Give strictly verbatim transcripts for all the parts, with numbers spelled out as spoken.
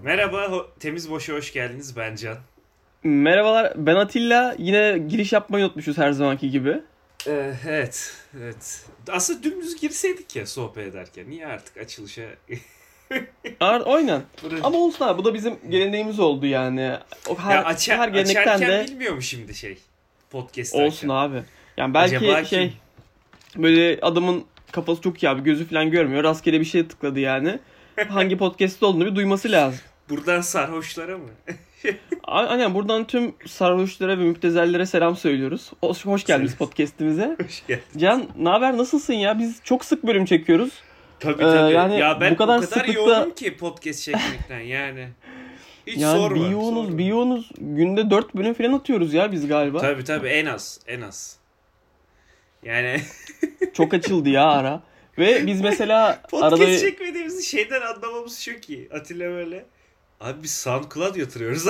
Merhaba, ho- Temiz Boş'a hoş geldiniz. Ben Can. Merhabalar, ben Atilla. Yine giriş yapmayı unutmuşuz her zamanki gibi. Ee, evet, evet. Aslında dümdüz girseydik ya sohbet ederken. Niye artık açılışa... Ar Aynen. Burası... Ama olsun abi, bu da bizim geleneğimiz oldu yani. O her, Ya açar, her gelenekten açarken de bilmiyor mu şimdi şey? Podcast olsun açarken. abi. Yani belki Acaba şey kim? böyle adamın kafası çok iyi abi, gözü falan görmüyor. Rastgele bir şeye tıkladı yani. Hangi podcast'te olduğunu bir duyması lazım. Buradan sarhoşlara mı? A- Aynen, buradan tüm sarhoşlara ve müptezellere selam söylüyoruz. Hoş, hoş geldiniz Selam. podcast'imize. Hoş geldin. Can, ne haber, nasılsın ya? Biz çok sık bölüm çekiyoruz. Tabii Ee, tabii. yani ya ben bu kadar o kadar sıklıkla- yoğunum ki podcast çekmekten yani. Hiç Yani sorma. bir yoğunuz, sorma. bir yoğunuz. Günde dört bölüm falan atıyoruz ya biz galiba. Tabii tabii en az, en az. Yani... Çok açıldı ya ara. Ve biz mesela Podcast arada... çekmediğimizi şeyden anlamamız şu ki. Atilla böyle. Abi biz SoundCloud yatırıyoruz.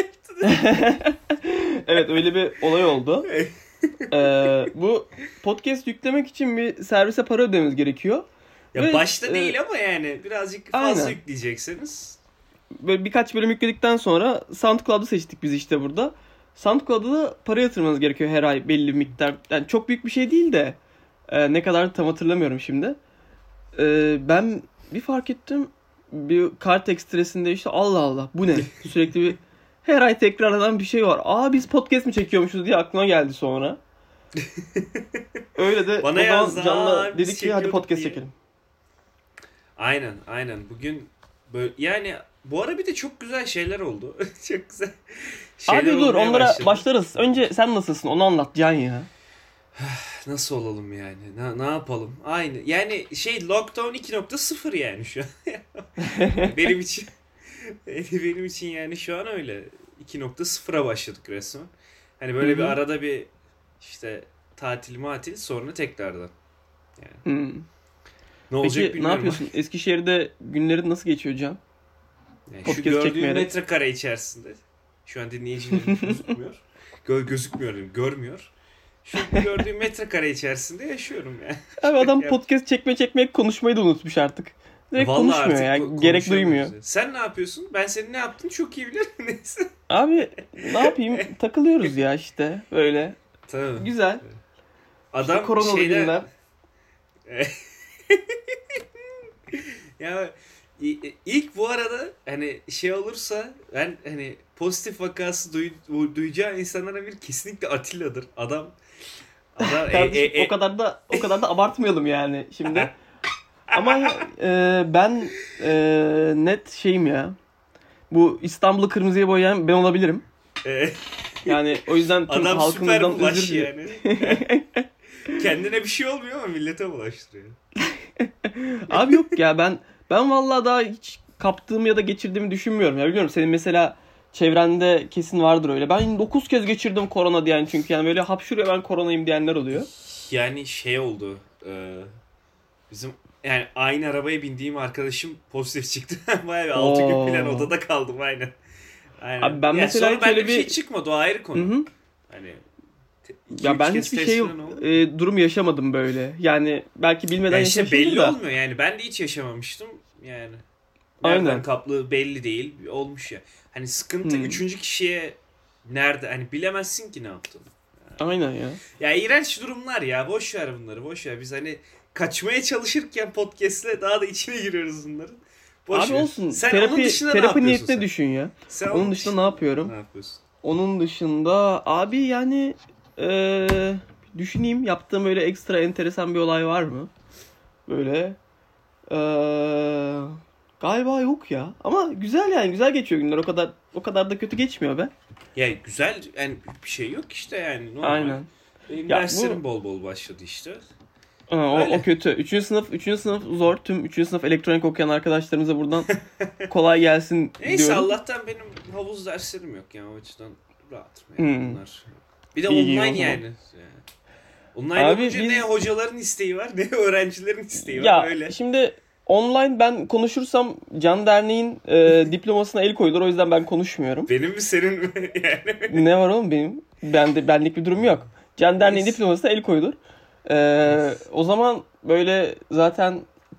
Evet, öyle bir olay oldu. Ee, bu podcast yüklemek için bir servise para ödememiz gerekiyor. ya Ve, başta e, değil ama yani birazcık fazla aynen. yükleyecekseniz. Böyle birkaç bölüm yükledikten sonra SoundCloud'u seçtik biz işte burada. SoundCloud'a da para yatırmanız gerekiyor her ay belli bir miktar. Yani çok büyük bir şey değil de e, ne kadar tam hatırlamıyorum şimdi. E, ben bir fark ettim. Bir kart ekstresinde işte Allah Allah bu ne? Sürekli bir her ay tekrarlanan bir şey var. Aa, biz podcast mi çekiyormuşuz diye aklıma geldi sonra. Öyle de Bana o zaman yazdı, Can'la "Aa, biz dedik ki hadi çekiyorduk" podcast diye. çekelim. Aynen aynen. Bugün böyle yani bu ara bir de çok güzel şeyler oldu. Çok güzel şeyler Abi dur, olmaya onlara başladı. başlarız. Önce sen nasılsın onu anlat Can ya. Nasıl olalım yani? Ne, ne yapalım? Aynı. Yani şey lockdown iki nokta sıfır yani şu an. Benim için benim için yani şu an öyle. iki nokta sıfıra başladık resmen. Hani böyle Hı bir hı. arada bir işte tatil matil sonra tekrardan. Yani Hmm. ne olacak Peki ne bilmiyorum. yapıyorsun? Eskişehir'de günlerin nasıl geçiyor Can? Yani şu Podcast gördüğüm çekmeyerek. metrekare içerisinde şu an dinleyicilerim gözükmüyor. Gö gözükmüyor dedim, görmüyor. Şu gördüğüm metrekare içerisinde yaşıyorum yani. Abi adam Ya- podcast çekme çekmek konuşmayı da unutmuş artık. Direkt Vallahi konuşmuyor artık ya. ko- Gerek konuşamıyoruz duymuyor. ya. Sen ne yapıyorsun? Ben senin ne yaptığını çok iyi bilirim. Neyse. Abi ne yapayım? Takılıyoruz ya işte böyle. Tamam. Güzel. Adam İşte koronalı şeyden... günler. ya i- ilk bu arada hani şey olursa ben hani pozitif vakası duy, duyacağı insanlara bir kesinlikle Atilla'dır. Adam adam e, Kardeşim, e, e, o kadar da o kadar da abartmayalım yani şimdi. Ama e, ben e, net şeyim ya. Bu İstanbul'u kırmızıya boyayan ben olabilirim. e, Yani o yüzden tüm adam süper halkımızdan bulaş özür dilerim. yani. Kendine bir şey olmuyor ama millete bulaştırıyor. Abi yok ya, ben ben vallahi daha hiç kaptığımı ya da geçirdiğimi düşünmüyorum ya. Biliyorum senin mesela çevrende kesin vardır öyle. Ben dokuz kez geçirdim korona diyen, çünkü yani böyle hapşuruyor ben koronayım diyenler oluyor. Yani şey oldu. E, bizim yani aynı arabaya bindiğim arkadaşım pozitif çıktı. Bayağı bir altı gün Oo. falan odada kaldım aynen. Aynen. Abi ben Ya mesela sonra hiç bende öyle bir şey bir- çıkmadı, o ayrı konu. Hı hı. Hani te- iki, Ya üç ben kez hiçbir test şey falan oldu. e, durum yaşamadım böyle. Yani belki bilmeden Yani işte yaşamışımdır belli da. olmuyor yani. Ben de hiç yaşamamıştım yani. Nereden Aynen. kaplı belli değil. Olmuş ya. Hani sıkıntı Hmm. üçüncü kişiye nerede? Hani bilemezsin ki ne yaptığını. Aynen ya. Ya iğrenç durumlar ya. Boş ver bunları. Boş ver. Biz hani kaçmaya çalışırken podcast'le daha da içine giriyoruz bunların. Boş Abi ver. olsun. Sen onun terapi dışında ne terapi yapıyorsun niyetine sen? düşün ya. Sen Onun dışında ne yapıyorum? Ne yapıyorsun? Onun dışında abi yani eee, düşüneyim, yaptığım böyle ekstra enteresan bir olay var mı? Böyle eee, galiba yok ya. Ama güzel yani, güzel geçiyor günler. O kadar o kadar da kötü geçmiyor be. Ya güzel yani bir şey yok işte yani. Normal. Aynen. Benim Ya derslerim bu- bol bol başladı işte. Ha, o, Öyle. o kötü. Üçüncü sınıf, üçüncü sınıf zor. Tüm üçüncü sınıf elektronik okuyan arkadaşlarımıza buradan kolay gelsin Neyse diyorum. Allah'tan benim havuz derslerim yok yani o açıdan rahatım yani Hmm. bunlar. Bir de İyi, iyi o online zaman. yani. Yani Online Abi olunca biz- ne hocaların isteği var ne öğrencilerin isteği var Ya öyle. şimdi online ben konuşursam Can Derneği'nin e, diplomasına el koyulur. O yüzden ben konuşmuyorum. Benim mi senin mi yani? Ne var oğlum benim? Bende benlik bir durum yok. Can Derneği'nin Neyse. diplomasına el koyulur. E, o zaman böyle zaten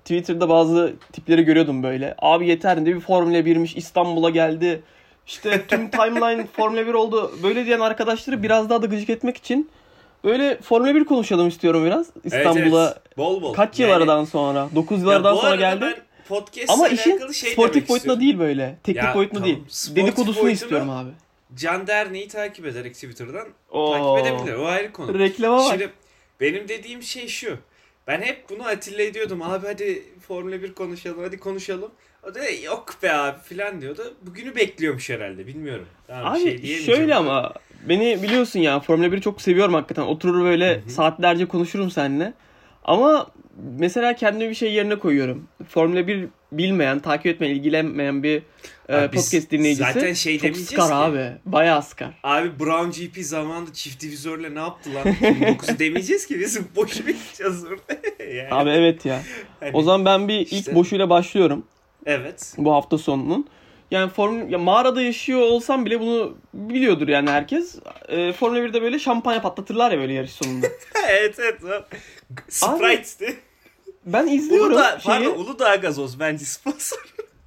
Twitter'da bazı tipleri görüyordum böyle. Abi yeter ne bir Formula birmiş, İstanbul'a geldi. İşte tüm timeline Formula bir oldu. Böyle diyen arkadaşları biraz daha da gıcık etmek için böyle Formula bir konuşalım istiyorum biraz. İstanbul'a evet, evet. Bol bol. kaç Yani- yıllardan sonra? dokuz yıllardan Ya bu sonra arada geldi. ben podcast'la Ama işin alakalı şey sportif demek boyutunda istiyorum. değil böyle. Teknik Ya boyutunda tamam, değil. sportif Dedikodusunu boyutunu- istiyorum abi. Can Derneği takip ederek Twitter'dan Oo. takip edebilir. O ayrı konu. Reklama bak. Şimdi benim dediğim şey şu. Ben hep bunu Atilla ediyordum. Abi hadi Formula bir konuşalım, hadi konuşalım. O da yok be abi filan diyordu. Bugünü bekliyormuş herhalde, bilmiyorum. Tamam, bir Abi şey diyemeyeceğim. şöyle ama beni biliyorsun ya Formula biri çok seviyorum hakikaten. Oturur böyle Hı hı. saatlerce konuşurum seninle. Ama mesela kendimi bir şey yerine koyuyorum. Formula bir bilmeyen, takip etmeyen, ilgilenmeyen bir e, Abi biz podcast dinleyicisi zaten şey çok demeyeceğiz sıkar ki. abi. Bayağı sıkar. Abi Brown G P zamanında çift divizörle ne yaptı lan? iki bin dokuzu demeyeceğiz ki biz boşuna gideceğiz orada. Yani, Abi evet ya. hani, O zaman ben bir işte- ilk boşuyla başlıyorum evet. bu hafta sonunun. Yani Formula ya mağarada yaşıyor olsam bile bunu biliyordur yani herkes. E, Formula birde böyle şampanya patlatırlar ya böyle yarış sonunda. evet evet. Sprite'ti. Ben izliyorum Uludağ, şeyi. pardon Uludağ gazoz bence sponsor.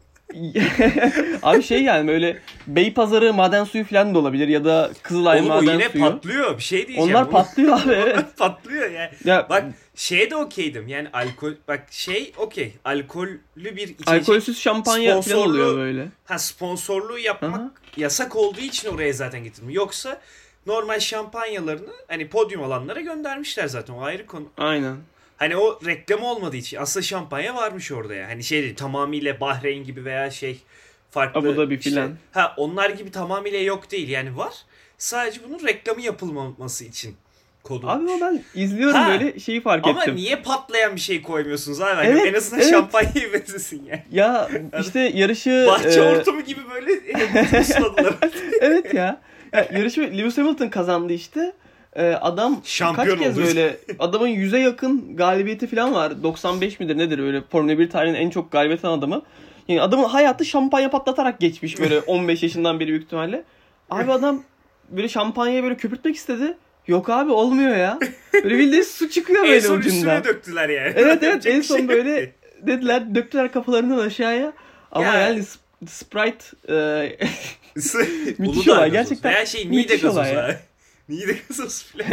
Abi şey yani böyle Beypazarı maden suyu falan da olabilir ya da Kızılay Oğlum o maden yine suyu. patlıyor, bir şey diyeceğim. Onlar Oğlum, patlıyor abi evet. onlar patlıyor yani. Ya Bak şeye de okeydim yani alkol, bak şey okey, alkollü bir içecek. alkolsüz şampanya falan sponsorlu- oluyor böyle. Ha, sponsorluğu yapmak Aha. yasak olduğu için oraya zaten getirdim. Yoksa normal şampanyalarını hani podyum alanlara göndermişler zaten, o ayrı konu. Aynen. Hani o reklam olmadığı için aslında şampanya varmış orada ya. Hani şey değil, tamamıyla Bahreyn gibi veya şey farklı. Abu Dhabi işte- filan. Ha onlar gibi tamamıyla yok değil yani, var. Sadece bunun reklamı yapılmaması için kodulmuş. Abi ama ben izliyorum Ha. böyle şeyi fark Ama ettim. niye patlayan bir şey koymuyorsunuz abi? Hani Evet, en azından evet. şampanyayı benzesin yani. Ya işte yarışı... Bahçe e, ortamı gibi böyle ısladılar. evet ya. Ya yarışı Lewis Hamilton kazandı işte. Ee, adam Şampiyon kaç kez oldu. böyle adamın yüze yakın galibiyeti falan var. doksan beş midir nedir öyle Formula bir tarihinin en çok galibiyet alan adamı. Yani adamın hayatı şampanya patlatarak geçmiş böyle on beş yaşından beri büyük ihtimalle. Abi adam böyle şampanyayı böyle köpürtmek istedi. Yok abi olmuyor ya. Böyle bildiğin su çıkıyor En böyle son ucundan. üstüne döktüler yani. Evet evet Yapacak en bir şey son yok böyle ki. dediler döktüler kafalarından aşağıya. Ama Ya. yani Sp- Sprite e, Müthiş Uludağ olay, gazoz. gerçekten Veya şey Niğde müthiş gazoz olay ya. abi. Niğde gazoz falan.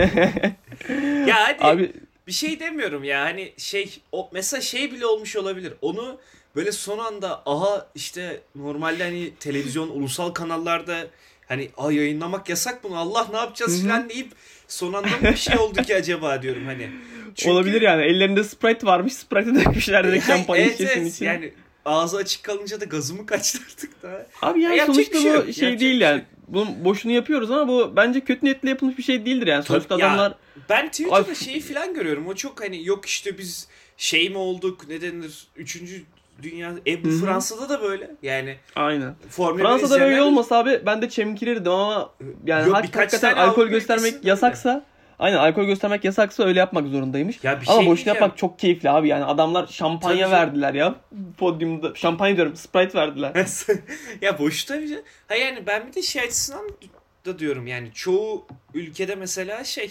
Ya hadi abi bir şey demiyorum ya, hani şey o mesela şey bile olmuş olabilir. Onu böyle son anda aha işte normalde hani televizyon ulusal kanallarda hani a yayınlamak yasak bunu, Allah ne yapacağız Hı hı. falan deyip son anda mı bir şey oldu ki acaba diyorum hani. Çünkü- olabilir yani ellerinde Sprite varmış Sprite'e dökmüşler direkt Ya, şampanya evet, şişesinin evet. içine. Yani ağzı açık kalınca da gazımı kaçtı artık da. Abi yani Ya yapacak sonuçta bir şey bu yok, şey yapacak değil bir şey yani. Bunun boşunu yapıyoruz ama bu bence kötü niyetle yapılmış bir şey değildir yani. Sonuçta Tabii, ya, adamlar Ben Twitter'da Ay- şeyi falan görüyorum. O çok hani yok işte biz şey mi olduk, ne denir, üçüncü dünya. E bu Hı hı. Fransa'da da böyle. Yani aynen. Formula bir Fransa'da böyle izleyenler- olmasa abi ben de çemkirirdim ama yani Yok, hak- birkaç hakikaten tane alkol Avrupa göstermek ülkesinde öyle. yasaksa aynen alkol göstermek yasaksa öyle yapmak zorundaymış. Ya bir Ama şey boşuna diyeceğim. yapmak çok keyifli abi yani adamlar şampanya Tabii. verdiler ya podyumda şampanya diyorum Sprite verdiler. Ya boş tabii canım. Ha yani ben bir de şey açısından da diyorum yani çoğu ülkede mesela şey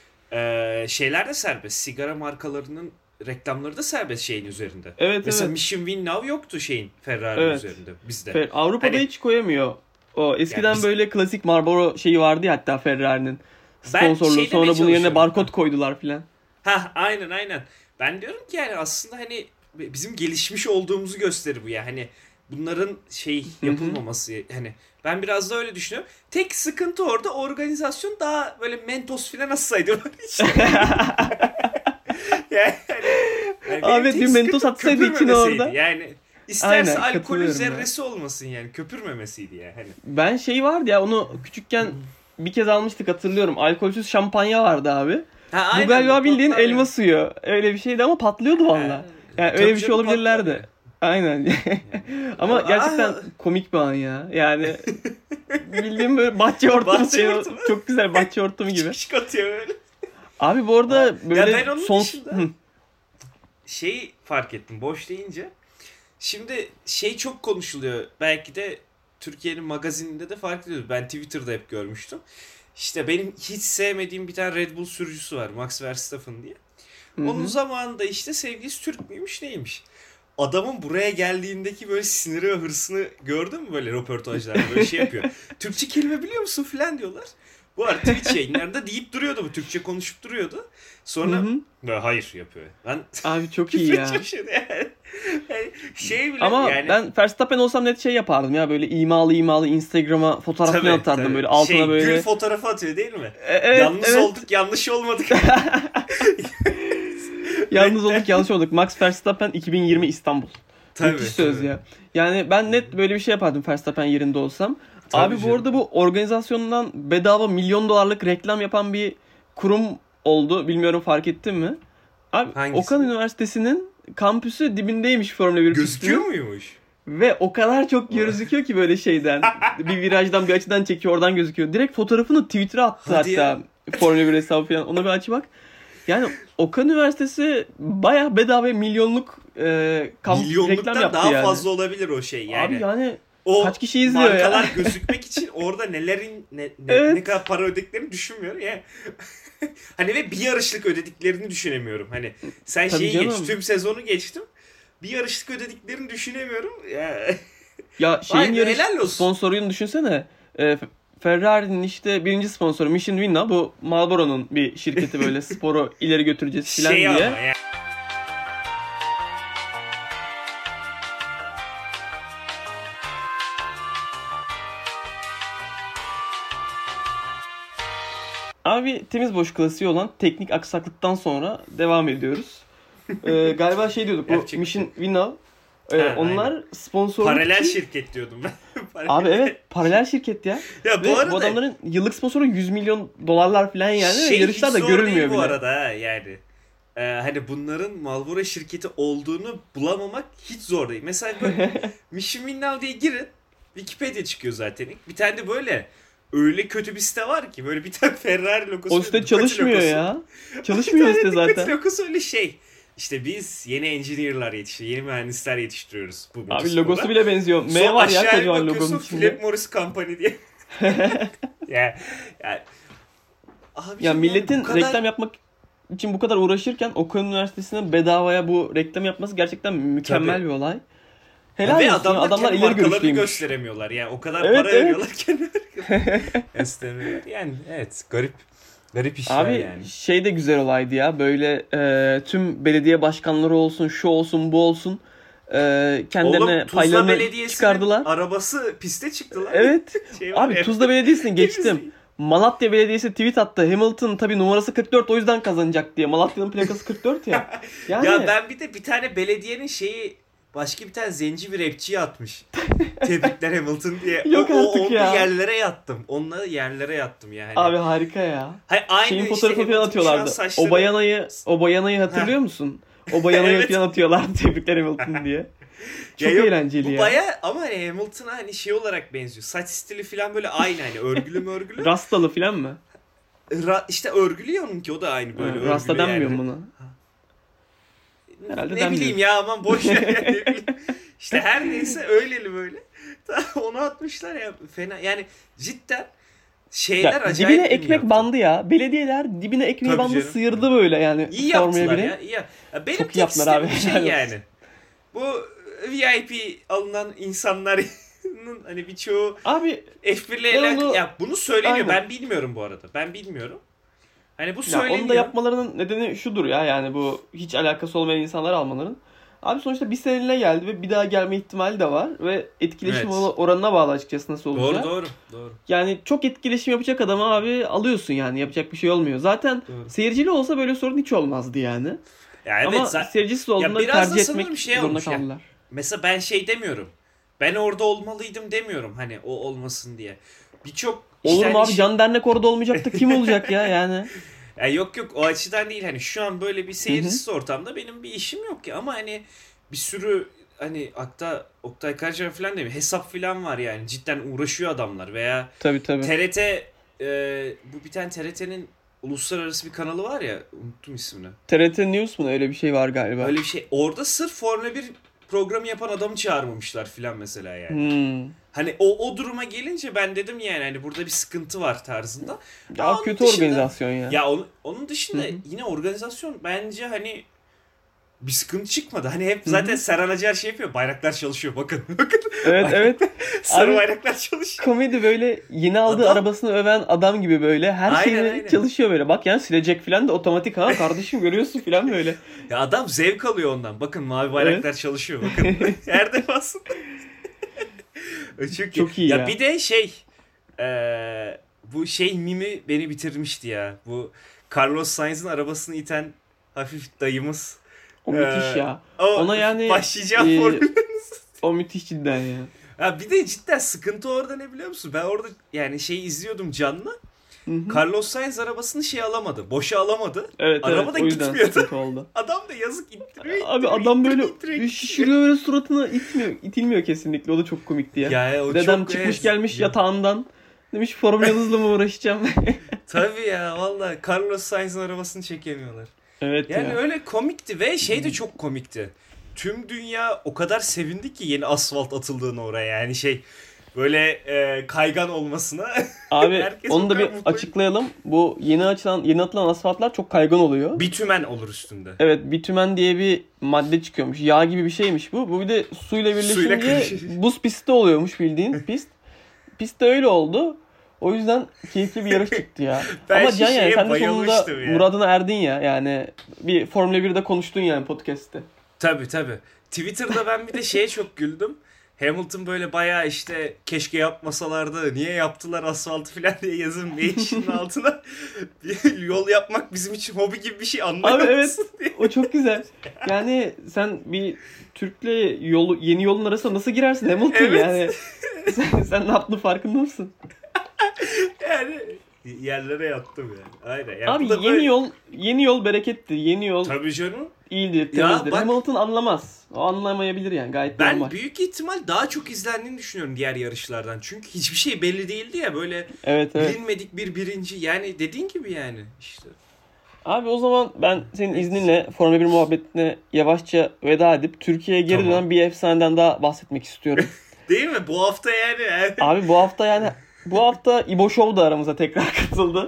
e, şeyler de serbest. Sigara markalarının reklamları da serbest şeyin üzerinde. Evet Mesela evet. Mission Win Now yoktu şeyin Ferrari'nin Evet. üzerinde bizde. Fe- Avrupa'da Hani- hiç koyamıyor. O eskiden Yani biz- böyle klasik Marlboro şeyi vardı ya hatta Ferrari'nin Ben sponsorluğu şey sonra demeye bunun yerine çalışıyorum. barkod koydular filan. Ha aynen aynen. Ben diyorum ki yani aslında hani bizim gelişmiş olduğumuzu gösterir bu ya. Hani bunların şey hı. yapılmaması hani ben biraz da öyle düşünüyorum. Tek sıkıntı orada organizasyon daha böyle Mentos filan atsaydı var hiç. yani, hani, yani benim Abi tek bir Mentos sıkıntım atsaydı içine köpürmemesiydi. orada. Yani isterse Aynen, alkolün katılıyorum ya. zerresi olmasın yani köpürmemesiydi yani. Hani. Ben şey vardı ya onu küçükken bir kez almıştık hatırlıyorum. Alkolsüz şampanya vardı abi. Ha, Bu aynen, galiba bildiğin patlar elma yani. suyu. Öyle bir şeydi ama patlıyordu valla. Ha, Yani tabii öyle bir şey canım, olabilirlerdi. patlar Aynen. Ama Aa. gerçekten komik bir an ya. Yani bildiğim böyle bahçe ortamı, Bahçe şey, ortamı. çok güzel bahçe ortamı gibi. Çıkış katıyor böyle. Abi bu arada Ya böyle ben onun son... dışında- Hı. Şeyi fark ettim boş deyince. Şimdi şey çok konuşuluyor. Belki de Türkiye'nin magazininde de fark ediyoruz. Ben Twitter'da hep görmüştüm. İşte benim hiç sevmediğim bir tane Red Bull sürücüsü var. Max Verstappen diye. Hı-hı. Onun zamanında işte sevgilisi Türk müymüş neymiş? Adamın buraya geldiğindeki böyle siniri ve hırsını gördün mü böyle röportajlarda böyle şey yapıyor. Türkçe kelime biliyor musun filan diyorlar. Bu arada Twitch yayınlarında deyip duruyordu bu. Türkçe konuşup duruyordu. Sonra hayır yapıyor. Ben abi çok iyi ya. Yani. Şey bile ama yani. ben Verstappen olsam net şey yapardım ya, böyle imalı imalı Instagram'a fotoğrafını tabii, atardım tabii. böyle altına şey, böyle. Gül fotoğrafı atıyor değil mi? E, evet, yanlış evet. olduk, yanlış olmadık. Yalnız olduk, yanlış olduk. Max Verstappen iki bin yirmi İstanbul. Tabii, Müthiş söz tabii. ya. Yani ben net böyle bir şey yapardım Verstappen yerinde olsam. Tabii abi canım. bu arada bu organizasyondan bedava milyon dolarlık reklam yapan bir kurum oldu. Bilmiyorum fark ettin mi? Abi hangisi? Okan Üniversitesi'nin kampüsü dibindeymiş Formula bir gözüküyor pistinin. muymuş? Ve o kadar çok gözüküyor ki böyle şeyden. Bir virajdan bir açıdan çekiyor, oradan gözüküyor. Direkt fotoğrafını Twitter'a attı Hadi hatta. ya. Formula bir hesabı falan. Ona bir aç bak. Yani Okan Üniversitesi bayağı bedava milyonluk e, kamp reklam Milyonluktan yaptı daha yani. fazla olabilir o şey yani. Abi yani o kaç kişi izliyor markalar ya? gözükmek için orada nelerin ne, ne, Evet. ne kadar para ödediklerini düşünmüyorum ya. Hani ve bir yarışlık ödediklerini düşünemiyorum. Hani sen Tabii şeyi canım. geç, tüm sezonu geçtim. Bir yarışlık ödediklerini düşünemiyorum. Ya, Ya şeyin Vay be, yarış helal olsun. sponsorunu düşünsene. E, Ferrari'nin işte birinci sponsoru Mission Vina, bu Marlboro'nun bir şirketi, böyle sporu ileri götüreceğiz falan şey diye. ama ya. Abi temiz boş klasiği olan teknik aksaklıktan sonra devam ediyoruz. Ee, galiba şey diyorduk, bu Gerçek. Mission Vina e, Ha, onlar aynen. sponsorluk Paralel için- şirket diyordum ben. Paralel- Abi evet, paralel şirket ya. Ya bu Ve arada bu adamların yıllık sponsoru yüz milyon dolarlar falan yani. şey Ve yarışlar da hiç zor görülmüyor değil bile. bu arada ha yani. Ee, hani bunların Marlboro şirketi olduğunu bulamamak hiç zor değil. Mesela böyle Mission Winnow diye girin. Wikipedia çıkıyor zaten. Bir tane de böyle öyle kötü bir site var ki böyle bir tane Ferrari logosu. O site Ducati çalışmıyor logosu. ya. Çalışmıyor Bir tane site Ducati zaten. logosu öyle şey. İşte biz yeni engineer'lar yetiştiriyoruz. Yeni mühendisler yetiştiriyoruz. Bu Abi logosu bile benziyor. M var ya kocaman logonun içinde. Philip Morris Company diye. ya, ya, Abi Ya şimdi milletin bu kadar- reklam yapmak için bu kadar uğraşırken Okan Üniversitesi'nin bedavaya bu reklam yapması gerçekten mükemmel Tabii. bir olay. Helal Ve olsun. adamlar, Adamlar, adamlar kendi ileri markalarını görüşlüymüş. gösteremiyorlar. Yani o kadar Evet, para evet. veriyorlar kendi gösteremiyorlar. Yani evet garip. Garip işler Abi yani. şey de güzel olaydı ya. Böyle e, tüm belediye başkanları olsun, şu olsun, bu olsun. E, kendilerine Oğlum Tuzla paylarını Belediyesi'nin çıkardılar. arabası piste çıktı lan. Evet. Şey var Abi ya, Tuzla Belediyesi'ni geçtim. temizliği. Malatya Belediyesi tweet attı. Hamilton tabii numarası kırk dört, o yüzden kazanacak diye. Malatya'nın plakası kırk dört ya. Yani Ya ben bir de bir tane belediyenin şeyi başka bir tane zenci bir rapçiye atmış. Tebrikler Hamilton diye. Yok o, o, artık onu ya. yerlere yattım. Onunla yerlere yattım yani. abi harika ya. Hayır, aynı Şeyin işte fotoğrafını falan Hamilton'ın şu an atıyorlardı. saçları- O bayanayı, o bayanayı hatırlıyor musun? O bayanayı Evet. falan atıyorlardı, tebrikler Hamilton diye. Çok Ya yok, eğlenceli bu ya. baya ama hani Hamilton'a hani şey olarak benziyor. Saç stili falan böyle aynı hani örgülü mü örgülü. Rastalı falan mı? Ra- işte örgülü ya onunki, o da aynı böyle örgülü. Rasta denmiyor yani. buna. Herhalde ne denmiyor. bileyim ya aman boş ver. ya, ne bileyim. İşte her neyse öyleli böyle. Onu atmışlar ya fena. Yani cidden şeyler Ya, acayip dibine iyi ekmek yaptı. bandı ya. Belediyeler dibine ekmeği Tabii bandı canım. sıyırdı böyle yani. İyi Formula yaptılar bire. ya. iyi yap- ya benim Çok iyi tek yaptılar abi, istediğim şey helal yani. Bu V I P alınan insanların hani birçoğu Abi F bir ile Ben alakalı. onu- Ya bunu söyleniyor. Aynen. Ben bilmiyorum bu arada. Ben bilmiyorum. Hani bu ya söyleniyor. onu da yapmalarının nedeni şudur ya, yani bu hiç alakası olmayan insanları almaların. Abi sonuçta bir seneline geldi ve bir daha gelme ihtimali de var ve etkileşim Evet. oranına bağlı açıkçası nasıl olacak. Doğru doğru. Doğru. Yani çok etkileşim yapacak adamı abi alıyorsun, yani yapacak bir şey olmuyor. Zaten Doğru. seyircili olsa böyle sorun hiç olmazdı yani. Ya evet, Ama za- seyircisiz olduğunda Ya biraz da tercih sanırım etmek şey zorunda olmuş ya. kaldılar. mesela ben şey demiyorum. Ben orada olmalıydım demiyorum hani o olmasın diye. Birçok Olur işte mu hani abi, şey- Can Dernek orada olmayacak da kim olacak ya yani. Ya yok yok, o açıdan değil, hani şu an böyle bir seyircisiz ortamda benim bir işim yok ya, ama hani bir sürü hani hatta Oktay Kaçar falan değil mi, hesap falan var yani, cidden uğraşıyor adamlar. Veya Tabii tabii. T R T, e, bu bir tane T R T'nin uluslararası bir kanalı var ya, unuttum ismini. T R T News mu, öyle bir şey var galiba. Öyle bir şey, orada sırf Formula bir programı yapan adamı çağırmamışlar filan mesela yani. Hmm. Hani o o duruma gelince ben dedim yani hani burada bir sıkıntı var tarzında. Ya Ama kötü onun dışında- organizasyon ya. Ya onun, onun dışında Hı hı. yine organizasyon bence hani bir sıkıntı çıkmadı. Hani hep zaten Hı hı. Serhan Acar şey yapıyor. Bayraklar çalışıyor bakın. Bakın. Evet evet. Sarı Abi- bayraklar çalışıyor. Komedi böyle yeni aldığı Adam- arabasını öven adam gibi böyle her Aynen, şeyini aynen. çalışıyor böyle. Bak yani silecek falan da otomatik ha kardeşim görüyorsun falan böyle. Ya adam zevk alıyor ondan. Bakın mavi bayraklar çalışıyor. Bakın. Her defasında. Çok, Çok iyi ya. Bir de şey eee, bu şey mimi beni bitirmişti ya. Bu Carlos Sainz'in arabasını iten hafif dayımız. O müthiş Ee, ya. O Ona yani, başlayacağı e, formül. O müthiş cidden ya. Ya bir de cidden sıkıntı orada ne biliyor musun? Ben orada yani şey izliyordum canlı. Hı hı. Carlos Sainz arabasını şey alamadı. Boşa alamadı. Evet Araba evet da o yüzden gitmiyordu. sıkıntı oldu. Adam da yazık ittiriyor. Abi ittiriyor, adam böyle ittiriyor, ittiriyor, şişiriyor böyle suratını itmiyor. İtilmiyor kesinlikle. O da çok komikti ya. Ya, ya o Dedem çok- çıkmış evet. gelmiş yatağından. Demiş Formula hızlı mı uğraşacağım? Tabii ya valla Carlos Sainz'in arabasını çekemiyorlar. Evet Yani ya. öyle komikti ve şey de çok komikti. Tüm dünya o kadar sevindi ki yeni asfalt atıldığını oraya yani şey böyle e, kaygan olmasına. Abi Herkes onu o da kadar bir mutluydu. açıklayalım. Bu yeni açılan yeni atılan asfaltlar çok kaygan oluyor. Bitümen olur üstünde. Evet, bitümen diye bir madde çıkıyormuş. Yağ gibi bir şeymiş bu. Bu bir de suyla Suyla birleşince karışıyor. buz pisti oluyormuş bildiğin pist. Pist de öyle oldu. O yüzden keyifli bir yarış çıktı ya. Ben Ama şu Can yani şeye sen de sonunda bayılmıştım ya. muradına erdin ya. Yani bir Formula birde konuştun yani podcast'te. Tabii tabii. Twitter'da ben bir de şeye çok güldüm. Hamilton böyle bayağı işte keşke yapmasalardı, niye yaptılar asfaltı falan diye yazın değişinin altına. Bir yol yapmak bizim için hobi gibi bir şey anlıyor Abi evet. musun diye. O çok güzel. Yani sen bir Türk'le yol, yeni yolun arasına nasıl girersin Hamilton Evet. yani? Sen, sen ne yaptığını farkında mısın? Yani yerlere yattım yani. Aynen. Yani Abi bu da yeni böyle- yol yeni yol berekettir. Yeni yol Tabii canım. iyidir, Ya temizdir. bak- Hamilton anlamaz. O anlamayabilir yani gayet Ben normal. büyük ihtimal daha çok izlendiğini düşünüyorum diğer yarışlardan. Çünkü hiçbir şey belli değildi ya böyle Evet evet. bilinmedik bir birinci. Yani dediğin gibi yani işte. Abi o zaman ben senin izninle Formula bir muhabbetine yavaşça veda edip Türkiye'ye geri Tamam. dönen bir efsaneden daha bahsetmek istiyorum. Değil mi? Bu hafta yani. yani. Abi bu hafta yani bu hafta İbo Show da aramıza tekrar katıldı.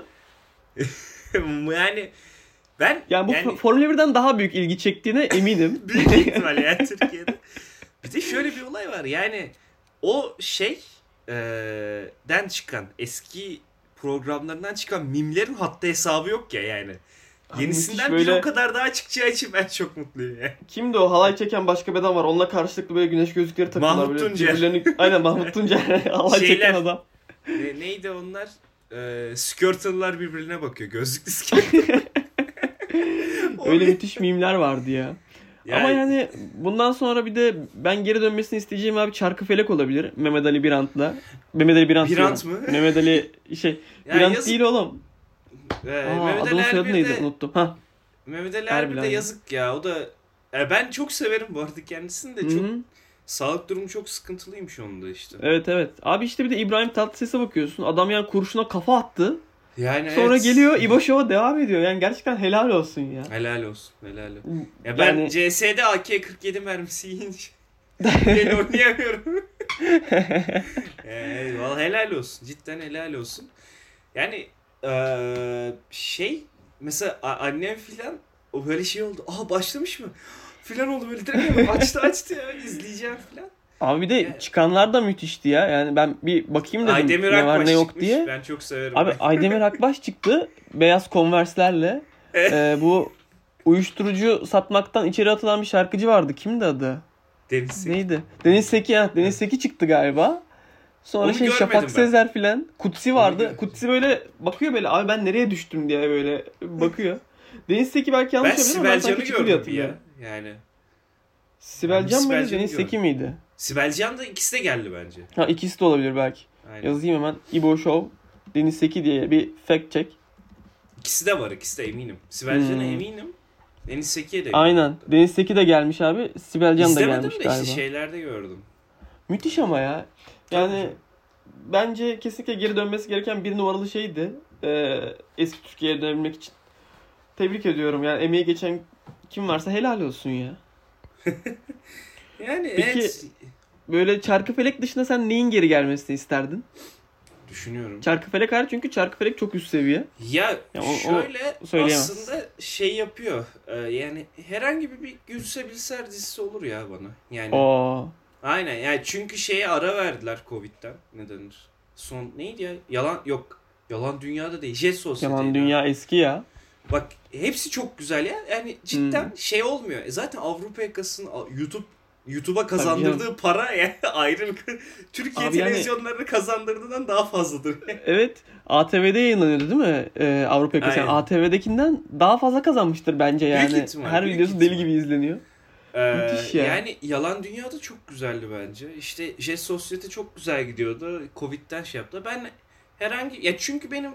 yani ben Yani bu yani, Formula birden daha büyük ilgi çektiğine eminim. büyük ihtimal yani Türkiye'de. Bir de şöyle bir olay var. Yani o şey e, den çıkan eski programlarından çıkan mimlerin hatta hesabı yok ya yani. Abi Yenisinden müthiş bir böyle- o kadar daha çıkacağı için ben çok mutluyum yani. Kimdi o halay çeken başka bir adam var. Onunla karşılıklı böyle güneş gözlükleri takıyorlar. Mahmut böyle Tuncer. birbirlerini- Aynen Mahmut Tuncer. halay Şeyler- çeken adam. Ne, neydi onlar? Ee, Skirtle'lar birbirine bakıyor. Gözlüklü Skirtle. Öyle müthiş mimler vardı ya. Ama yani bundan sonra bir de ben geri dönmesini isteyeceğim abi Çarkıfelek olabilir. Mehmet Ali Birant'la. Mehmet Ali Birant. Birant diyorum. mı? Mehmet Ali şey. Ya Birant yazık. değil oğlum. Ee, Aa, Mehmet adamın Ali soyadı Erbil neydi de, unuttum. Ha. Mehmet Ali Erbil, Erbil de aynen. yazık ya. O da e, ben çok severim bu arada kendisini de. Çok Hı-hı. sağlık durumu çok sıkıntılıymış onun da işte. Evet evet. Abi işte bir de İbrahim Tatlıses'e bakıyorsun. Adam yani kurşuna kafa attı. Yani Sonra evet. geliyor İbo Show'a devam ediyor. Yani gerçekten helal olsun ya. Helal olsun. Helal olsun. Ya ben Yani C S'de A K kırk yedi mermisi yiyince ben oynayamıyorum. ee, vallahi helal olsun. Cidden helal olsun. Yani eee, şey mesela a- annem filan o böyle şey oldu. Aa başlamış mı? Filan oldu böyle direkt açtı açtı ya izleyeceğim filan. abi bir de Ya- çıkanlar da müthişti ya. Yani ben bir bakayım dedim Aydemir ne var Akbaş ne yok çıkmış. diye. Ben çok severim. Abi Aydemir Akbaş çıktı. Beyaz konverslerle. Ee, bu uyuşturucu satmaktan içeri atılan bir şarkıcı vardı. Kimdi adı? Deniz. Neydi? Deniz Seki ya. Deniz Seki çıktı galiba. Sonra Onu şey görmedim Şafak ben. Sezer filan. Kutsi vardı. görmedim. Kutsi böyle bakıyor böyle abi ben nereye düştüm diye böyle bakıyor. Deniz Seki belki Ben yanlış olabilir ama ben Sibel Can'ı sanki çıktı diye gördüm ya. hatırlıyorum. Yani Sibel Ben Can Sibel mıydı? Can'ı Deniz Seki gördüm. miydi? Sibel Can da ikisi de geldi bence. Ha ikisi de olabilir belki. Aynen. Yazayım hemen. İbo Show. Deniz Seki diye bir fact check. İkisi de var, ikisi de eminim. Sibel Can'a Hmm. eminim. Deniz Seki'ye de eminim. Aynen. Deniz Seki de gelmiş abi. Sibel Can da İzlemedim gelmiş de galiba. işte şeylerde gördüm. Müthiş ama ya. Yani Tabii. bence kesinlikle geri dönmesi gereken bir numaralı şeydi. Ee, eski Türkiye'ye dönmek için. Tebrik ediyorum yani emeği geçen kim varsa helal olsun ya. Yani Peki evet, böyle Çarkıfelek dışında sen neyin geri gelmesini isterdin? düşünüyorum. Çarkıfelek hariç, çünkü Çarkıfelek çok üst seviye. Ya Ya o- o şöyle söyleyemez. aslında şey yapıyor. e, yani herhangi bir, bir Gülse Bilser dizisi olur ya bana. Yani Oo. aynen yani çünkü şeye ara verdiler Covid'den. Ne denir? Son neydi ya? Yalan yok. Yalan Dünya'da değil. Jet Sosyete'ydi. Yaman Dünya eski ya. Bak hepsi çok güzel ya. Yani cidden Hmm. şey olmuyor. E zaten Avrupa yakasının YouTube YouTube'a Tabii kazandırdığı canım. para ya ayrı bir Türkiye Abi yani- televizyonlarını kazandırdığından daha fazladır. Evet. A T V'de yayınlanıyordu değil mi? Ee, Avrupa yakası. Yani Aynen. A T V'dekinden daha fazla kazanmıştır bence Büyük yani. ihtimal, Her büyük videosu deli ihtimal. gibi izleniyor. Ee, Müthiş ya. Yani Yalan Dünya'da çok güzeldi bence. İşte Jet Sosyete çok güzel gidiyordu. Covid'den şey yaptı. Ben herhangi ya çünkü benim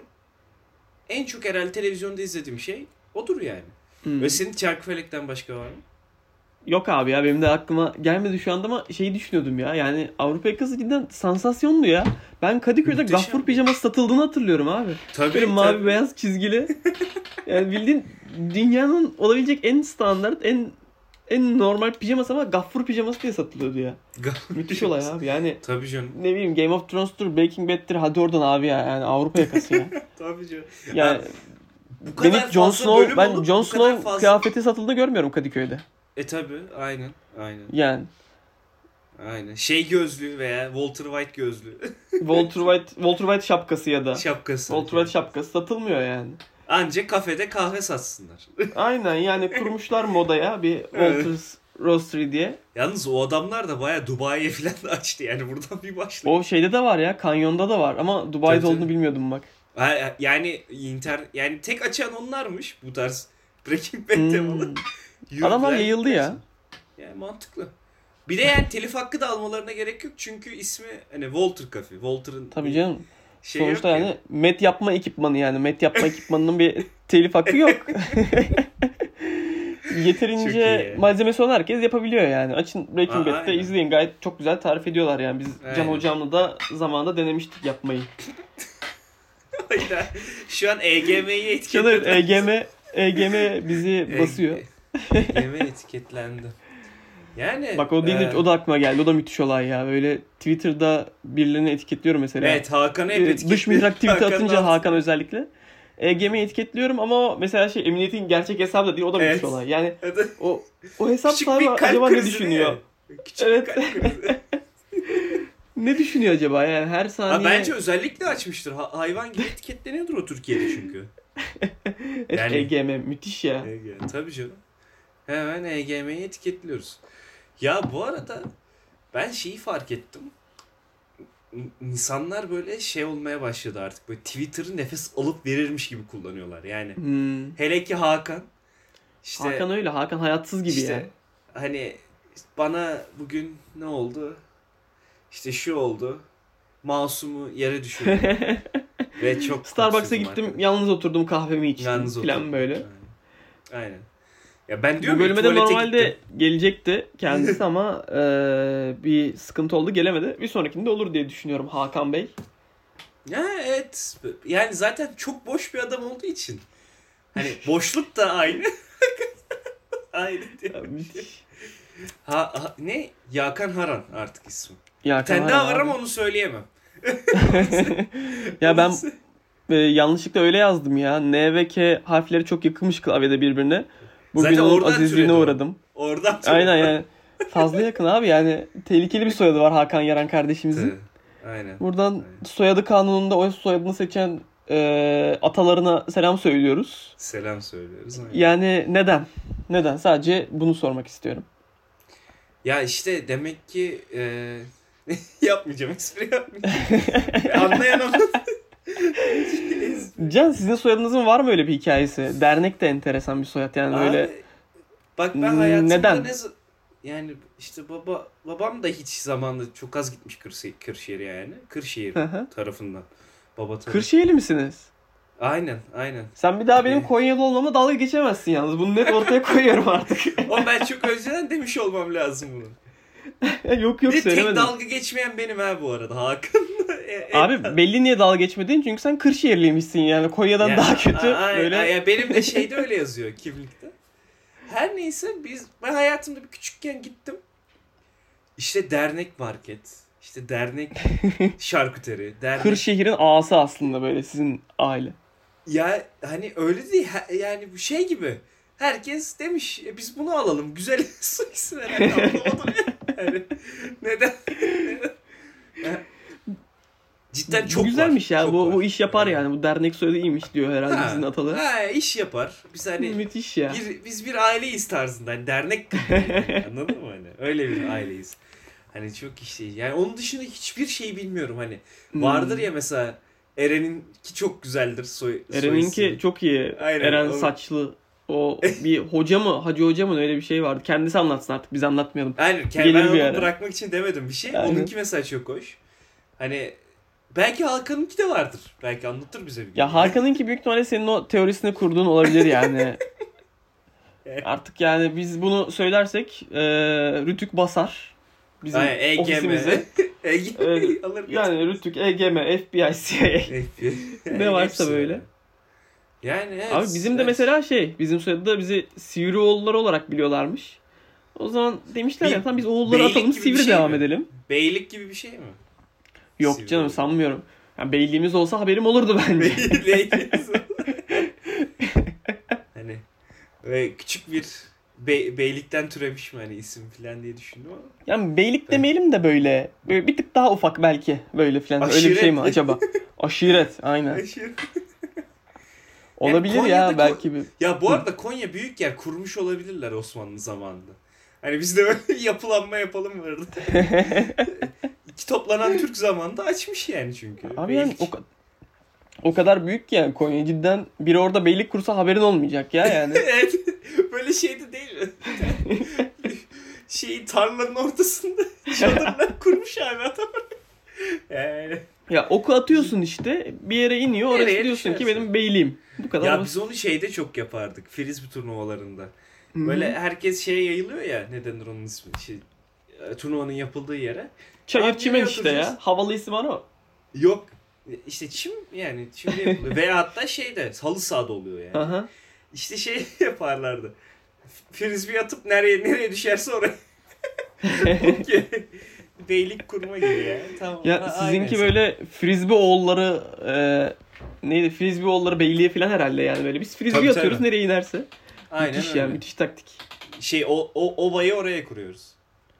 en çok herhalde televizyonda izlediğim şey odur yani. Hmm. Ve senin Çarkıfelek'ten başka var mı? Yok abi ya, benim de aklıma gelmedi şu anda ama şeyi düşünüyordum ya. Yani Avrupa yakası cidden sansasyondu ya. Ben Kadıköy'de Muhteşem. gaffur pijaması satıldığını hatırlıyorum abi. Tabii Böyle mavi tabii. beyaz çizgili. Yani bildiğin dünyanın olabilecek en standart, en en normal pijaması ama gaffur pijaması diye satılıyordu ya. Müthiş olay abi. Yani Tabii canım. ne bileyim, Game of Thrones'tur, Breaking Bad'tir, hadi oradan abi ya. Yani Avrupa yakası ya. Tabii canım. Yani Bu ben kadar hiç Jon fazla Snow, bölüm ben olup Jon bu kadar Snow fazla- kıyafeti satıldığını görmüyorum Kadıköy'de. E tabii aynen aynen. Yani Aynen. Şey gözlüğü veya Walter White gözlüğü. Walter White Walter White şapkası ya da Şapkası. Walter White şapkası satılmıyor yani. Anca kafede kahve satsınlar. Aynen yani, kurmuşlar modaya bir Walters Roastery diye. Yalnız o adamlar da baya Dubai'ye falan da açtı yani buradan bir başlayın. O şeyde de var ya, Kanyon'da da var ama Dubai'de Tabii, olduğunu tabii. bilmiyordum bak. Ha, yani inter yani tek açan onlarmış bu tarz Breaking Bad temalı. Hmm. Yürüdüler, Adamlar yayıldı ya. gittiler. Yani mantıklı. Bir de yani telif hakkı da almalarına gerek yok çünkü ismi hani Walter Cafe. Walter'ın Tabii canım. şey Sonuçta yok yani met yapma ekipmanı yani. Met yapma ekipmanının bir telif hakkı yok. Çok Yeterince iyi. malzemesi olan herkes yapabiliyor yani. Açın Breaking Aa, Bad'de aynen. izleyin. Gayet çok güzel tarif ediyorlar yani. Biz Can Aynen. Hocam'la da zamanında denemiştik yapmayı. Hayda. Şu an E G M'yi Canım etiketledi. E G M E G M bizi basıyor. E G M etiketlendi. Yani Bak o değil de e, o da aklıma geldi. O da müthiş olay ya. Böyle Twitter'da birilerini etiketliyorum mesela. Evet Hakan'ı hep Ee, etiketliyor. Dış mihrak tweet Hakan'ın atınca altında. Hakan özellikle. E G M'yi etiketliyorum ama o mesela şey, emniyetin gerçek hesabı da değil. O da müthiş Evet. olay. Yani Evet. o o hesap Küçük sahibi bir kalp acaba ne krizi düşünüyor? değil mi? Küçük Evet. bir kalp krizi. Ne düşünüyor acaba yani her Ha, saniye? bence özellikle açmıştır. Ha- hayvan gibi etiketleniyordur o Türkiye'de çünkü. Evet, yani- E G M müthiş ya. E G M, tabii canım. Hemen E G M'yi etiketliyoruz. Ya bu arada ben şeyi fark ettim. İn- İnsanlar böyle şey olmaya başladı artık. Böyle Twitter'ı nefes alıp verirmiş gibi kullanıyorlar. Yani Hmm. hele ki Hakan. İşte, Hakan öyle. Hakan hayatsız gibi işte ya. hani bana bugün ne oldu? İşte şu oldu. Masumu yere düşürdüm. Ve çok Starbucks'a mutsuzum gittim, arkadaş. yalnız oturdum, kahvemi içtim Yalnız falan oturdum. böyle. Aynen. Aynen. Ya ben Bu diyorum ya, bölüme de tuvalete normalde gittim. gelecekti kendisi ama e, bir sıkıntı oldu, gelemedi. Bir sonrakinde olur diye düşünüyorum Hakan Bey. Ya evet. Yani zaten çok boş bir adam olduğu için. Hani boşluk da aynı. aynı diye. Ya, müthiş. Ha, ha- ne? Yakan Haran artık ismi. Ya, Bir tane Hakan daha var abi. ama onu söyleyemem. Ya ben e, yanlışlıkla öyle yazdım ya. N ve K harfleri çok yakınmış klavyede birbirine. Bugün Zaten onun oradan azizliğine türedi o. uğradım. Oradan Aynen yani. Fazla yakın abi yani. Tehlikeli bir soyadı var Hakan Yaran kardeşimizin. Tabii. Aynen. Buradan Aynen. soyadı kanununda o soyadını seçen e, atalarına selam söylüyoruz. Selam söylüyoruz. Aynen. Yani neden? Neden? Sadece bunu sormak istiyorum. Ya işte demek ki e, yapmayacağım. Espri yapmayacağım. Anlayan anladı. Can, sizin soyadınızın var mı öyle bir hikayesi? Dernek de enteresan bir soyad yani böyle. Abi, bak ben hayatımda Neden? ne z- yani işte baba babam da hiç zamanında çok az gitmiş Kırşehir, Kırşehir'e yani. Kırşehir Hı hı. tarafından. Baba tarafı. Kırşehirli misiniz? Aynen, aynen. Sen bir daha benim Ne? Konyalı olmama dalga geçemezsin yalnız. Bunu net ortaya koyuyorum artık. Ama ben çok önceden demiş olmam lazım bunu. Yok yok, Bir de tek söylemedim. dalga geçmeyen benim ha bu arada Hakan. E, e, Abi belli niye dalga geçmedin? Çünkü sen Kırşehirliymişsin yani. Konya'dan ya, daha kötü. a- a- böyle. a- ya benim de şeyde öyle yazıyor kimlikte. Her neyse biz ben hayatımda bir küçükken gittim. İşte dernek market. İşte dernek şarküteri. Dernek... Kırşehir'in ağası aslında böyle sizin aile. Ya hani öyle değil. Yani bu şey gibi. Herkes demiş e, biz bunu alalım. Güzel su isim herhalde. Anlamadım ya. Yani, neden? neden? Yani, cidden çok bu güzelmiş var. ya. Çok bu, var. bu iş yapar yani. Bu dernek soyadı iyiymiş diyor herhalde Ha, sizin atalı. Ha, iş yapar. Biz hani müthiş ya. bir, biz bir aileyiz tarzında. Hani dernek gibi. Yani, anladın mı hani? Öyle bir aileyiz. Hani çok işte. Yani onun dışında hiçbir şey bilmiyorum hani. Vardır ya mesela Eren'inki çok güzeldir soy, soy Eren'inki ismi. çok iyi. Aynen, Eren o- saçlı. O bir hoca mı? Hacı hoca mı? Öyle bir şey vardı. Kendisi anlatsın artık. Biz anlatmayalım. Aynen. Gelir Ben bir onu ara. bırakmak için demedim bir şey. Aynen. Onunki mesela çok hoş. Hani belki Hakan'ınki de vardır. Belki anlatır bize bir gün. Ya Hakan'ınki büyük ihtimalle senin o teorisini kurduğun olabilir yani. Artık yani biz bunu söylersek e, Rütük basar. Bizim Aynen, E G M. ofisimize. E G M Evet, alır. Yani Rütük, E G M, F B I, C I A. Ne varsa böyle. Yani evet. Abi bizim de evet. mesela şey, bizim soyadı bizi Sivri oğulları olarak biliyorlarmış. O zaman demişler Bir- ya tamam biz oğulları beylik atalım, gibi bir Sivri şey devam mi? edelim. Beylik gibi bir şey mi? Yok Sivri canım oğulları. sanmıyorum. Yani beyliğimiz olsa haberim olurdu bence. Beylik. Hani ve küçük bir be- beylikten türemiş mi hani isim falan diye düşündüm ama. Yani beylik demeyelim de böyle, böyle bir tık daha ufak belki böyle falan. Öyle bir şey Aşiret. mi acaba? Aşiret aynen. Aşırı. Olabilir Konya'da ya ko- belki bir. Ya bu arada Konya büyük yer kurmuş olabilirler Osmanlı zamanında. Hani biz de böyle yapılanma yapalım vardı. İki toplanan Türk zamanında açmış yani çünkü. Abi yani Beylik. o, ka- o kadar büyük ki yani Konya cidden biri orada beylik kursa haberin olmayacak ya yani. Evet. Böyle şeydi değil mi? Şey tarlanın ortasında çadırlar kurmuş abi adam. Yani. Ya oku atıyorsun işte bir yere iniyor orası Nereye diyorsun ki düşerse. benim beyliğim. Bu kadar Ya basit. biz onu şeyde çok yapardık. Frisbee turnuvalarında. Hı-hı. Böyle herkes şeye yayılıyor ya. Ne denir onun ismi? Şey, e, turnuvanın yapıldığı yere. Çayır Abi çimen nereye işte ya. oturacağız? Havalı isim var o. Yok. İşte çim yani çimde yapılıyor. Veya hatta şeyde halı sahada oluyor yani. Aha. İşte şey yaparlardı. Frisbee atıp nereye nereye düşerse oraya. Okey. Beylik kurma gibi ya. Tamam. Ya Ha, sizinki aynen. böyle frisbee oğulları e, neydi? Frisbee oğulları beyliği falan herhalde yani böyle. Biz frisbee Tabii, atıyoruz tabii. nereye inerse. Aynen Müthiş öyle. ya müthiş taktik. Şey o, o ovayı oraya kuruyoruz.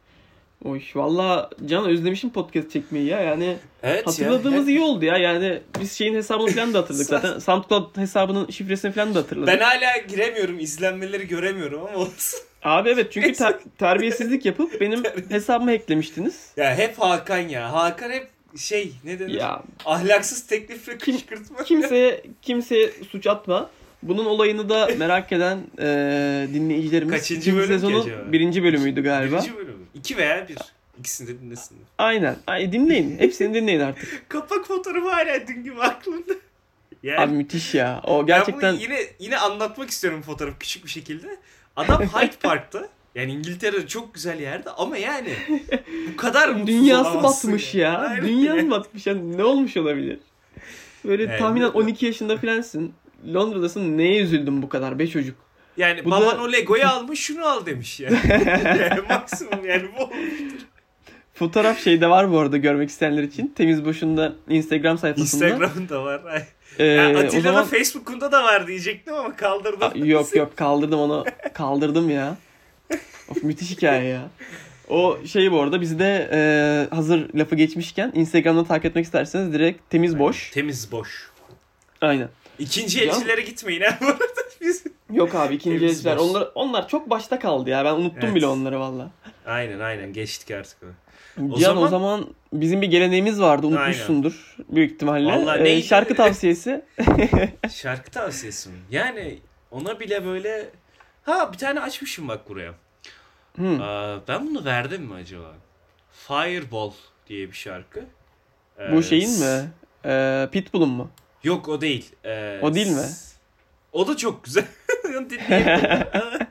Oy valla Can özlemişim podcast çekmeyi ya yani. Evet Hatırladığımız ya. iyi oldu ya yani biz şeyin hesabını falan da hatırladık zaten. SoundCloud hesabının şifresini falan da hatırladık. Ben hala giremiyorum, izlenmeleri göremiyorum ama olsun. Abi evet çünkü ter- terbiyesizlik yapıp benim hesabımı hacklemiştiniz. Ya hep Hakan ya. Hakan hep şey ne denir? Ya Ahlaksız teklif ve Kim- kışkırtma. kimseye kimseye suç atma. Bunun olayını da merak eden e, dinleyicilerimiz Kaçıncı ikinci bölüm ki sezonun acaba? birinci bölümüydü galiba. Birinci bölüm. İki veya bir. İkisini de dinlesinler. Aynen. Ay, dinleyin. Hepsini dinleyin artık. Kapak fotoğrafı hala dün gibi aklımda. Yani, Abi müthiş ya. O ben gerçekten bunu yine yine anlatmak istiyorum fotoğrafı küçük bir şekilde. Adam Hyde Park'ta. Yani İngiltere'de çok güzel yerde ama yani bu kadar mutsuz dünyası olamazsın batmış ya. Aynen. Dünyası batmış ya. Ne olmuş olabilir? Böyle Evet. tahminen on iki yaşında filansın. Londra'dasın. Neye üzüldün bu kadar be çocuk? Yani Bu baban da- o Lego'yu almış şunu al demiş yani. Yani maksimum yani bu olmuştur. Fotoğraf şeyde var bu arada görmek isteyenler için. Temiz Boş'un Instagram sayfasında. Instagram'da var. Ay. Ee, Ya o Atilla'da zaman Facebook'unda da var diyecektim ama kaldırdım. Aa, yok yok kaldırdım onu. Kaldırdım ya. Of, müthiş hikaye ya. O şey bu arada bizi de e, hazır lafı geçmişken Instagram'da takip etmek isterseniz direkt Temiz Boş. Temiz boş. Aynen. İkinci Ya. elçilere gitmeyin ha bu arada. Biz... Yok abi ikinci Temiz elçiler. Boş. Onlar, onlar çok başta kaldı ya. Ben unuttum Evet. bile onları valla. Aynen aynen geçtik artık onu. Can O o zaman- zaman bizim bir geleneğimiz vardı. Unutmuşsundur büyük ihtimalle. Vallahi Ee, neydi? şarkı tavsiyesi. Şarkı tavsiyesi mi? Yani ona bile böyle... Ha bir tane açmışım bak buraya. Hmm. Aa, ben bunu verdim mi acaba? Fireball diye bir şarkı. Ee, Bu şeyin mi? Ee, Pitbull'un mu? Yok o değil. Ee, O değil mi? O da çok güzel. Onu dinleyelim.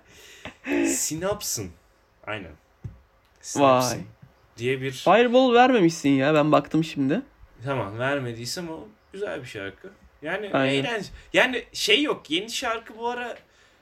Synaps'ın. Aynen. Synaps'ın Vay. diye bir... Fireball vermemişsin ya. Ben baktım şimdi. Tamam vermediysem o güzel bir şarkı. Yani Aynen. eğlence. Yani şey yok yeni şarkı bu ara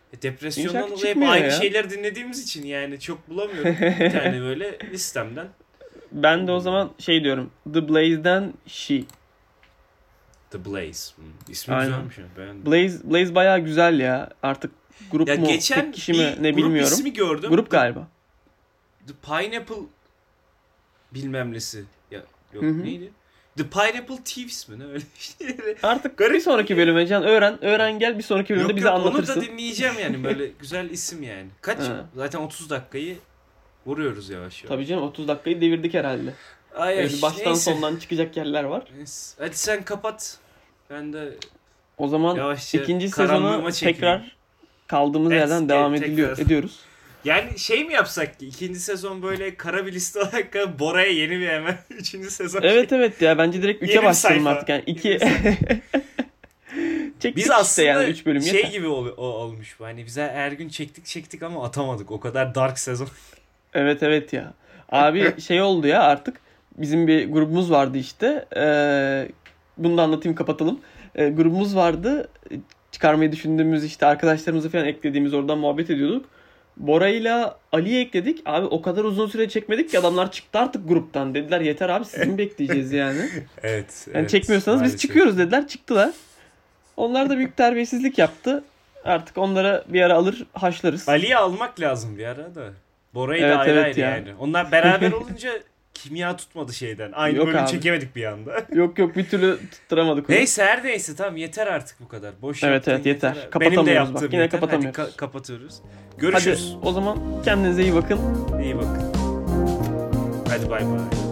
E, depresyondan şarkı dolayı hep çıkmıyor aynı ya. şeyleri dinlediğimiz için yani çok bulamıyorum. Bir tane böyle listemden. Ben de o zaman şey diyorum. The Blaze'den She. The Blaze. Hmm. İsmi Aynen. güzelmiş ya. Beğendim. Blaze Blaze bayağı güzel ya. Artık grup Ya mu, geçen tek kişi mi bir ne grup bilmiyorum. ismi gördüm. Grup galiba. The Pineapple bilmem nesi. Ya yok Hı hı. neydi? The Pineapple Thieves mi ne öyle bir şey. Artık Garip bir sonraki bölüme Can öğren. Öğren gel bir sonraki bölümde Yok bize yok anlatırsın. onu da dinleyeceğim yani böyle güzel isim yani. Kaç? Ha. Zaten otuz dakikayı vuruyoruz yavaş yavaş. Tabii canım otuz dakikayı devirdik herhalde. Ay, ay, Ee, baştan neyse. sondan çıkacak yerler var. Neyse. Hadi sen kapat. Ben de O zaman yavaşça ikinci karanlığıma sezona çekileyim. tekrar kaldığımız Evet, yerden devam tekrar. ediliyor, ediyoruz. Yani şey mi yapsak ki ikinci sezon böyle kara bir liste olarak kalıp Bora'ya yeni bir hemen üçüncü sezon. Evet evet ya bence direkt Yeni üçe bir başlayalım sayfa. artık yani iki Yeni çektik Biz işte aslında yani üç bölüm şey yeter. gibi ol, o, olmuş bu. Hani bize her gün çektik çektik ama atamadık. O kadar dark sezon. Evet evet ya. Abi şey oldu ya artık bizim bir grubumuz vardı işte. Ee, bunu da anlatayım kapatalım. Ee, grubumuz vardı. Çıkarmayı düşündüğümüz işte arkadaşlarımızı falan eklediğimiz oradan muhabbet ediyorduk. Bora'yla Ali'yi ekledik. Abi o kadar uzun süre çekmedik ki adamlar çıktı artık gruptan. Dediler yeter abi sizi mi bekleyeceğiz yani. Evet. Yani evet, çekmiyorsanız maalesef. biz çıkıyoruz dediler. Çıktılar. Onlar da büyük terbiyesizlik yaptı. Artık onlara bir ara alır haşlarız. Ali'yi almak lazım bir ara da. Bora'yı Evet, da ayrı evet ayrı ya. yani. Onlar beraber olunca kimya tutmadı şeyden. Aynı Yok bölüm abi. çekemedik bir anda. Yok yok bir türlü tutturamadık onu. Neyse her neyse tamam yeter artık bu kadar. Boş Evet, yaptın, evet, yeter. Benim de Kapatamıyoruz yaptığım bak, yine yeter. kapatamıyoruz. Hadi ka- kapatıyoruz. Hadi Görüşürüz. o zaman kendinize iyi bakın. İyi bakın. Hadi bay bay.